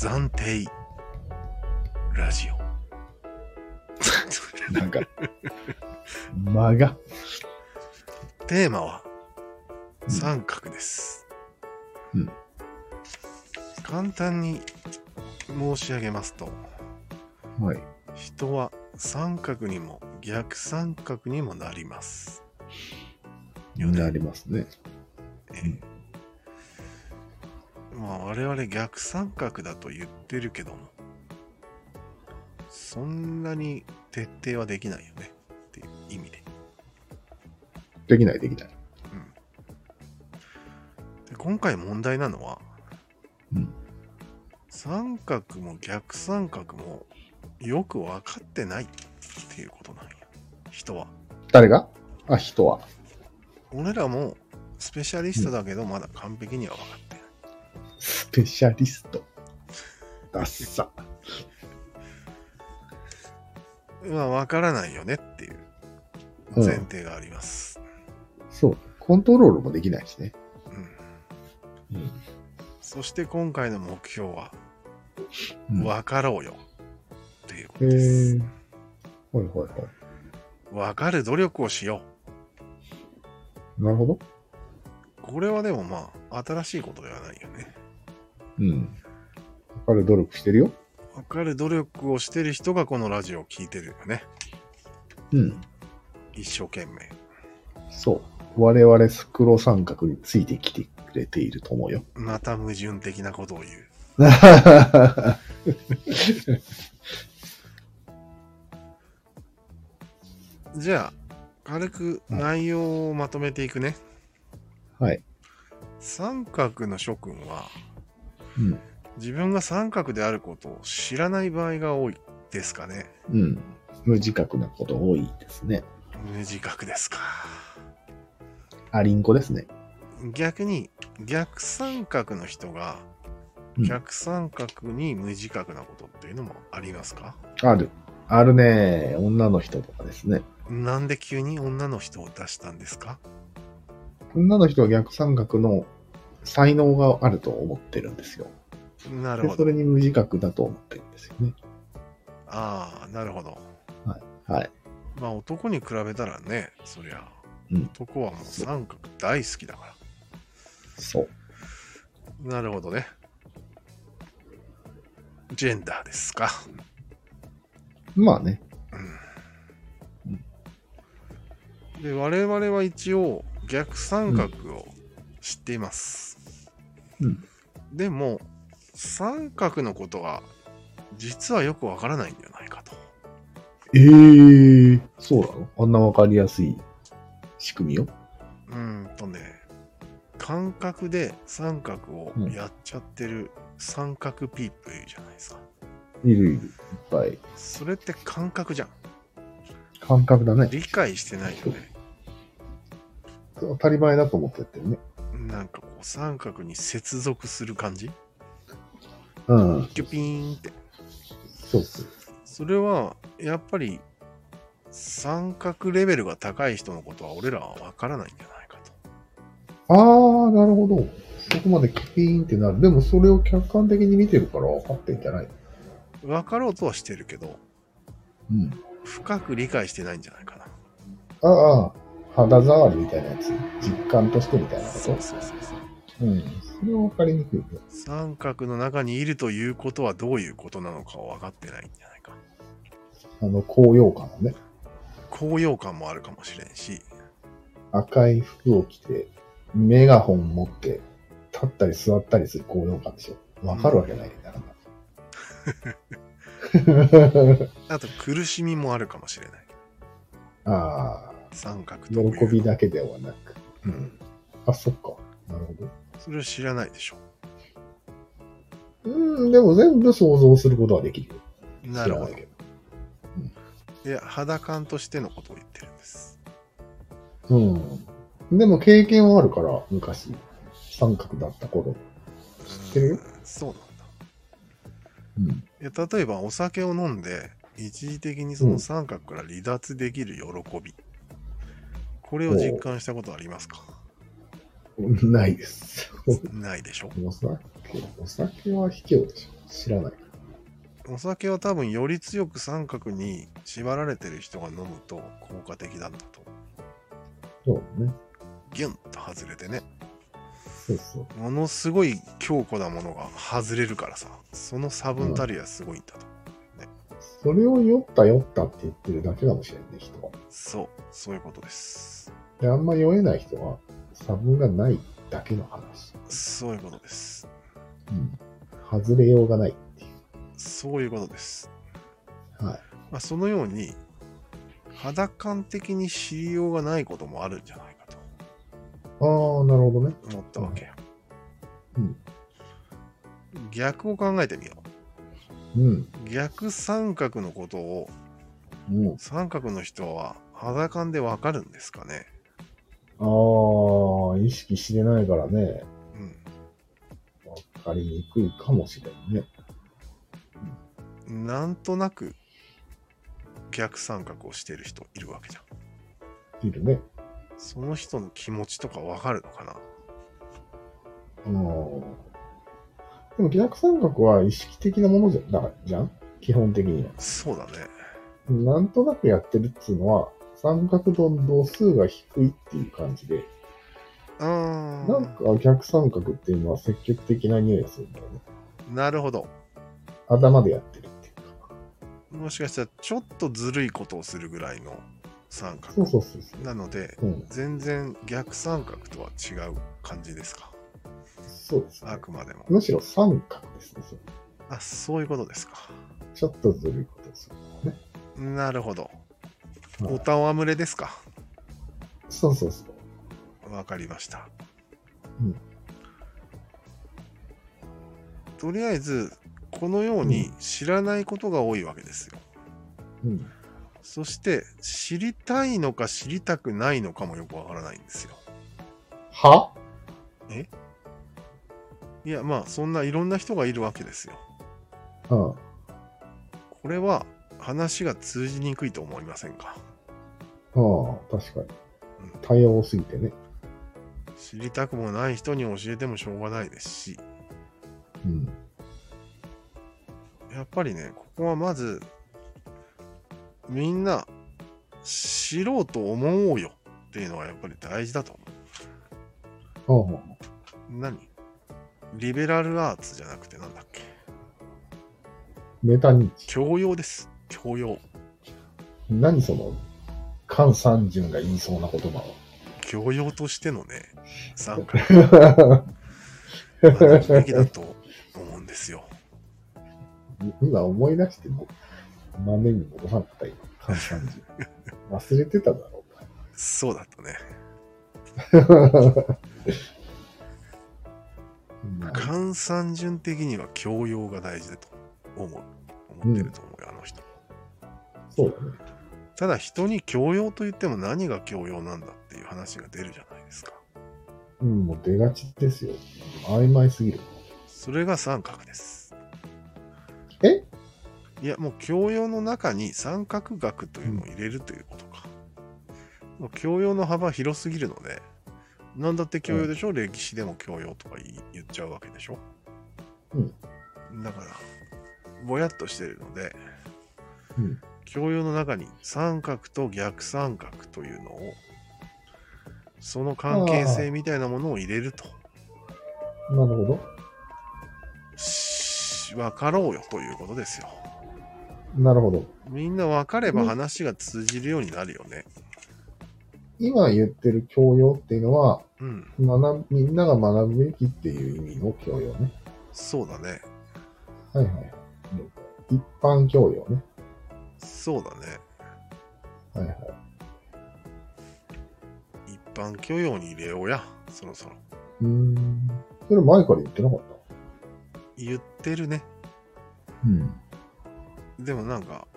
暫定ラジオ。 なんか、間が。 テーマは三角です。 うん。 簡単に申し上げますと、 はい。 人は三角にも逆三角にもなります。 なりますね。 まあ我々逆三角だと言ってるけども、そんなに徹底はできないよねっていう意味で。 できない。 で今回問題なのは、三角も逆三角もよく分かってないっていうことなんや。人は。 誰が？あ、人は。 俺らもスペシャリストだけど、まだ完璧には分かってない。 スペシャリスト。ダッサ。 まあ分からないよねっていう前提があります。 そう。コントロールもできないしね。 そして今回の目標は、分かろうよっていうことです。分かる努力をしよう。なるほど。 これはでもまあ新しいことではないよね。 分かる努力してるよ。 分かる努力をしてる人がこのラジオを聞いてるよね。一生懸命。 そう。我々スクロ三角についてきてくれていると思うよ。 また矛盾的なことを言う。じゃあ軽く内容をまとめていくね。 はい。 三角の諸君は、自分が三角であることを知らない場合が多いですかね。 無自覚なこと多いですね。 無自覚ですか。 アリンコですね。 逆に逆三角の人が逆三角に無自覚なことっていうのもありますか？ あるね。女の人とかですね。 なんで急に女の人を出したんですか？ 女の人は逆三角の才能があると思ってるんですよ。 なるほど。 それに無自覚だと思ってるんですよね。 ああ、なるほど。 はい。 まあ男に比べたらね、そりゃ、男はもう三角大好きだから。 そう。 なるほどね。ジェンダーですか。 まあね。 で、我々は一応逆三角を知っています。でも、三角のことが実はよくわからないんじゃないかと。 そうなの？あんなわかりやすい仕組みよ。 感覚で三角をやっちゃってる三角ピープルいるじゃないですか。 いる。いっぱい。 それって感覚じゃん。 感覚だね。 理解してないよね。 当たり前だと思ってやってるね。 なんかこう三角に接続する感じ？キュピーンって。 そうそう。 それはやっぱり三角レベルが高い人のことは俺らは分からないんじゃないかと。 なるほど。そこまでキュピーンってなる。でもそれを客観的に見てるから分かってんじゃない？ 分かろうとはしてるけど、深く理解してないんじゃないかな。 肌触りみたいなやつ。実感としてみたいなこと。 そう。 それは分かりにくいよ。 三角の中にいるということはどういうことなのかは分かってないんじゃないか。 高揚感のね。 高揚感もあるかもしれんし。 赤い服を着て、メガホン持って、立ったり座ったりする高揚感でしょ。分かるわけないんだあと苦しみもあるかもしれない。三角と喜びだけではなく。そっか。なるほど。 それは知らないでしょ。 でも全部想像することはできる。 なるほど。いや、肌感としてのことを言ってるんです。 でも経験はあるから、昔、三角だった頃。知ってるよ。 そうなんだ。いや、例えばお酒を飲んで、一時的にその三角から離脱できる喜び。これを実感したことありますか？ ないです。 ないでしょ。 お酒は卑怯でしょ。知らない。 お酒は多分より強く三角に縛られてる人が飲むと効果的なんだと。 そうね。 ギュンと外れてね。 そうそう。 ものすごい強固なものが外れるからさ、その差分たりはすごいんだと。ね、 それを酔ったって言ってるだけかもしれんね、人は。 そういうことです。 で、あんま酔えない人は差分がないだけの話。 そういうことです。 うん。外れようがないっていう。 そういうことです。 はい。 まあ、そのように、肌感的に知りようがないこともあるんじゃないかと。 ああ、なるほどね。 思ったわけよ。 うん。 逆を考えてみようん。 う。逆三角のことを、 うん。 三角の人は肌感でわかるんですかね。 ああ、意識してないからね。わかりにくいかもしれんね。 なんとなく逆三角をしている人いるわけじゃん。 いるね。 その人の気持ちとかわかるのかな。 でも逆三角は意識的なものじゃん基本的には。 そうだね。 なんとなくやってるっていうのは、三角度の度数が低いっていう感じで、なんか逆三角っていうのは積極的な匂いがするんだよね。 なるほど。 頭でやってるっていうか。 もしかしたらちょっとずるいことをするぐらいの三角。 そう。 なので、全然逆三角とは違う感じですか。 そうですね。 あくまでも。 むしろ三角ですね。 そういうことですか。 ちょっとずるいことをするね。 なるほど。ボタンは群れですか。 そう。 わかりました。 うん。 とりあえず、このように知らないことが多いわけですよ。 うん。 そして、知りたいのか知りたくないのかもよくわからないんですよ。いや、まあ、そんないろんな人がいるわけですよ。これは話が通じにくいと思いませんか。 確かに。多様すぎてね。 知りたくもない人に教えてもしょうがないですし、やっぱりね、ここはまず、みんな知ろうと思うよっていうのがやっぱり大事だと思う。何？リベラルアーツじゃなくてなんだっけ？ メタ認知。 教養です。教養。 何その、関三順が言いそうな言葉は。 教養としてのね、三角。学ぶべきだと思うんですよ。 今思い出しても、豆に戻さなかった今、関三順。忘れてただろうか。 そうだったね。関三順的には教養が大事だと思ってると思うよ、あの人。 そうだね。 ただ人に教養と言っても何が教養なんだっていう話が出るじゃないですか。 もう出がちですよ。曖昧すぎる。 それが三角です。いや、もう教養の中に三角学というのを入れるということか。もう教養の幅広すぎるので、なんだって教養でしょ、歴史でも教養とか言っちゃうわけでしょ。だから、ぼやっとしてるので、教養の中に三角と逆三角というのを、その関係性みたいなものを入れると。 なるほど。 分かろうよということですよ。 なるほど。 みんな分かれば話が通じるようになるよね。 今言ってる教養っていうのは、みんなが学ぶべきっていう意味の教養ね。 そうだね。 はい。一般教養ね。 そうだね。一般教養に入れようや、そろそろ。 それ前から言ってなかった？ 言ってるね。でもなんか、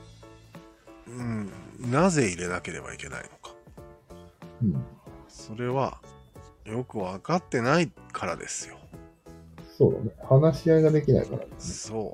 なぜ入れなければいけないのか。それは、よく分かってないからですよ。 そうだね。話し合いができないからですね。そう。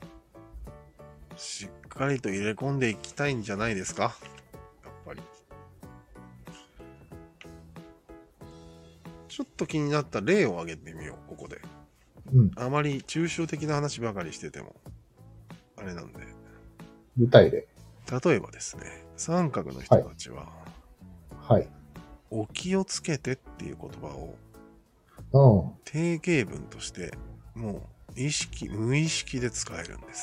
しっかりと入れ込んでいきたいんじゃないですか。やっぱり。 ちょっと気になった例を挙げてみよう、ここで。あまり抽象的な話ばかりしてても、あれなんで。 具体例。 例えばですね、三角の人たちは、 はい。 お気をつけてっていう言葉を、 定型文として、もう無意識で使えるんです。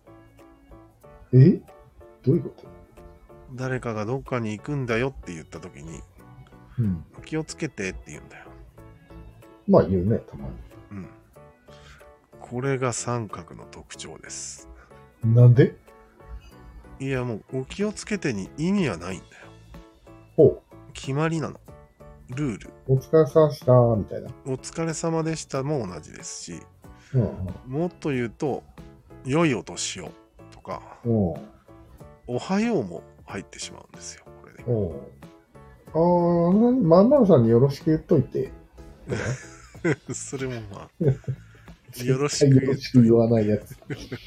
どういうこと？ 誰かがどっかに行くんだよって言ったときに、気をつけてって言うんだよ。 まあ言うね、たまに。 これが三角の特徴です。 なんで？ いやもう、お気をつけてに意味はないんだよ。 ほう。 決まりなの。ルール。 お疲れ様でした、みたいな。 お疲れ様でしたも同じですし、もっと言うと、良いお年をとか、おはようも入ってしまうんですよ、これで。まんなるさんによろしく言っといて。 それもまあ、よろしく言わないやつ。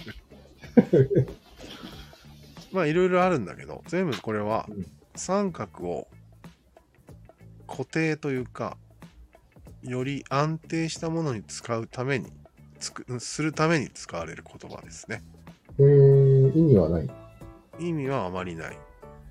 まあ、いろいろあるんだけど、全部これは、三角を固定というか、より安定したものに使うために、するために使われる言葉ですね。 意味はない？ 意味はあまりない。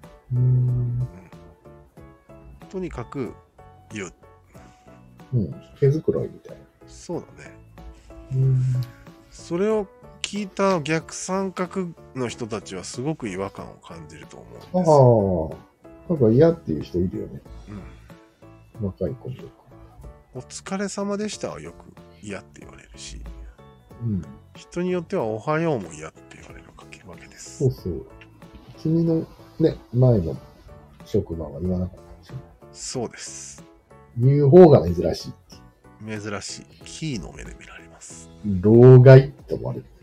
とにかく言う。 毛づくろいみたいな。 そうだね。それを聞いた逆三角の人たちはすごく違和感を感じると思うんです。 なんか嫌っていう人いるよね。若い子によく。 お疲れ様でしたはよく嫌って言われるし、人によってはおはようも嫌って言われるわけです。 そうそう。君のね、前の職場は言わなかったでしょ？ そうです。 言う方が珍しい。 珍しい。キーの目で見られます。 老害って思われる。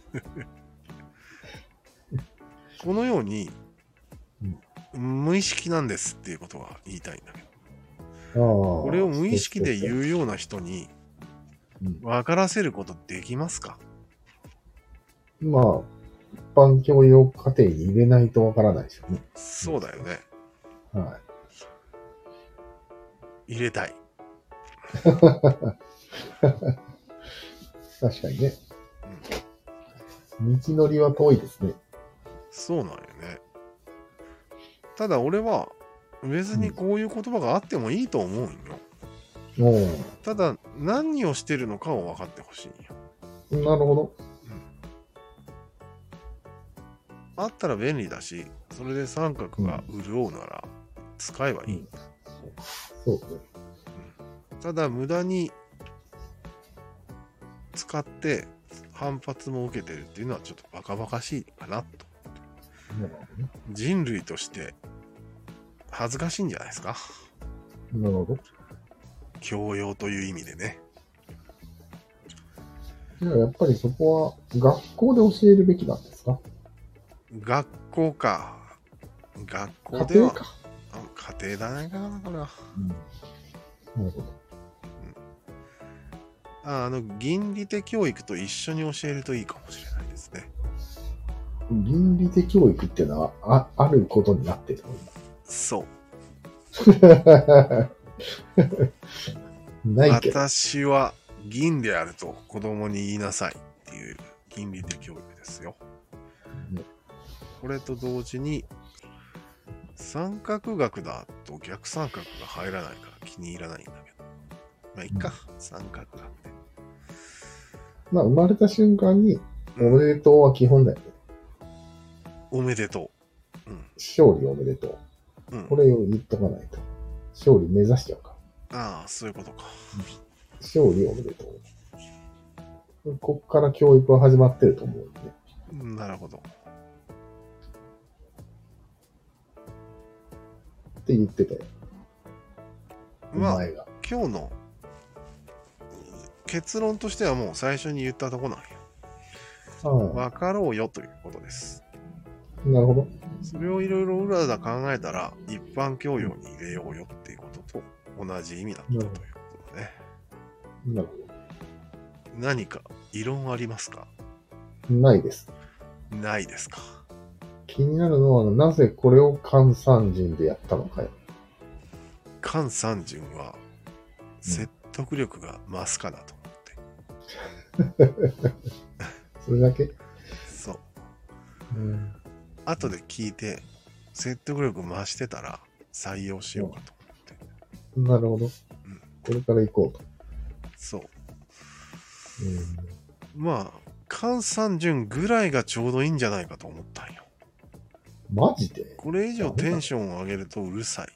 このように、無意識なんですっていうことが言いたいんだけど、これを無意識で言うような人に分からせることできますか？ まあ、一般教養課程に入れないと分からないでしょうね。 そうだよね。 はい。 入れたい。 確かにね。道のりは遠いですね。 そうなんよね。ただ俺は別にこういう言葉があってもいいと思うんよ。ただ何をしてるのかを分かってほしいんよ。 なるほど。 あったら便利だし、それで三角が潤うなら使えばいい。 そうね。 ただ無駄に使って反発も受けてるっていうのはちょっとバカバカしいかなと。人類として恥ずかしいんじゃないですか。 なるほど。 教養という意味でね。 じゃあやっぱりそこは学校で教えるべきなんですか？ 学校か。学校では。 家庭か。 家庭だねかな、これは。 なるほど。 倫理的教育と一緒に教えるといいかもしれないですね。 倫理的教育っていうのはあることになってるの？ そう。 ないけど。 私は銀であると子供に言いなさいっていう倫理的教育ですよ。これと同時に三角学だと逆三角が入らないから気に入らないんだけど。まあいいか、三角学で。 まあ生まれた瞬間におめでとうは基本だよね。 おめでとう。 勝利おめでとう。これを言っとかないと。勝利目指しちゃうか。 ああ、そういうことか。 勝利おめでとう。こっから教育は始まってると思うんで。 なるほど。 って言ってたよ。 まあ、今日の結論としてはもう最初に言ったとこなんよ。分かろうよということです。 なるほど。 それをいろいろ裏だ考えたら一般教養に入れようよっていうことと同じ意味だったということだね。 なるほど。 何か異論ありますか？ ないです。 ないですか。 気になるのはなぜこれを関三順でやったのかよ。 関三順は説得力が増すかなと思って。 それだけ？ そう。後で聞いて、説得力増してたら採用しようかと思って。 なるほど。これから行こうと。 そう。まあ、関三順ぐらいがちょうどいいんじゃないかと思ったんよ。 マジで？ これ以上テンションを上げるとうるさい。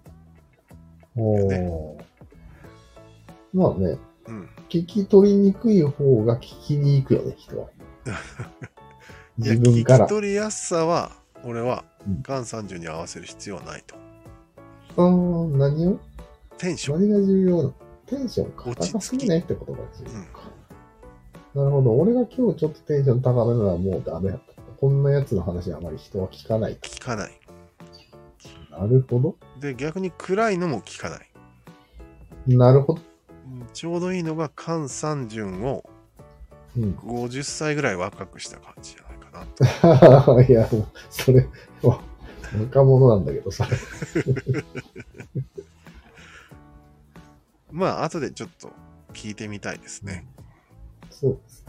まあね、聞き取りにくい方が聞きに行くよね、人は。自分から。 聞き取りやすさは、俺は、関三順に合わせる必要はないと。 何を？ テンション。 何が重要なの？テンションか。高すぎないってことが重要か。なるほど。俺が今日ちょっとテンション高めならもうダメだった。こんなやつの話はあまり人は聞かない。 聞かない。 なるほど。 で、逆に暗いのも聞かない。 なるほど。 ちょうどいいのが関三順を50歳ぐらい若くした感じじゃないかな。 いや、それ、若者なんだけどさ。 まあ、後でちょっと聞いてみたいですね。 そうです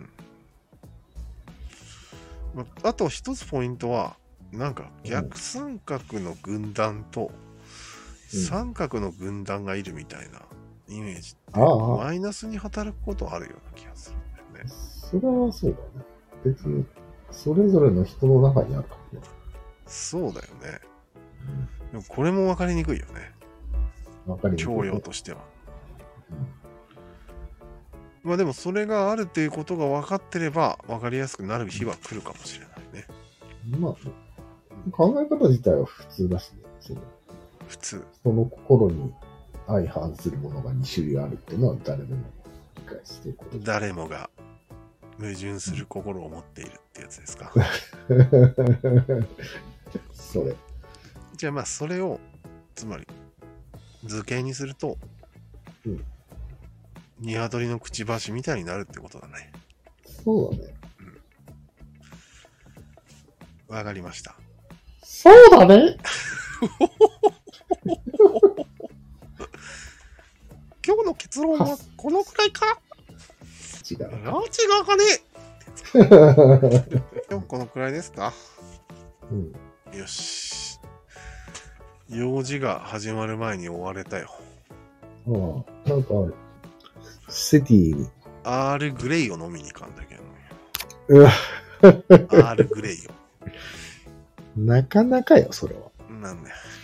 ね。あと一つポイントは、なんか逆三角の軍団と三角の軍団がいるみたいなイメージってマイナスに働くことあるような気がするんだよね。 それはそうだね。別にそれぞれの人の中にあるからね。 そうだよね。でもこれも分かりにくいよね。 分かりにくい。 教養としては。まあでもそれがあるっていうことが分かってれば分かりやすくなる日は来るかもしれないね。 まあ、考え方自体は普通だしね。 普通。 その心に相反するものが2種類あるっていうのは誰でも理解していること。 誰もが矛盾する心を持っているってやつですか。 それ。 じゃあまあそれをつまり図形にすると、鶏のくちばしみたいになるってことだね。 そうだね。 わかりました。 そうだね。 今日の結論はこのくらいか？ 違う。違うかね。今日このくらいですか？よし。用事が始まる前に終われたよ。 なんかある。セティに。 アールグレイを飲みに行かんだけど。 アールグレイを。 なかなかよ、それは。 なんだよ。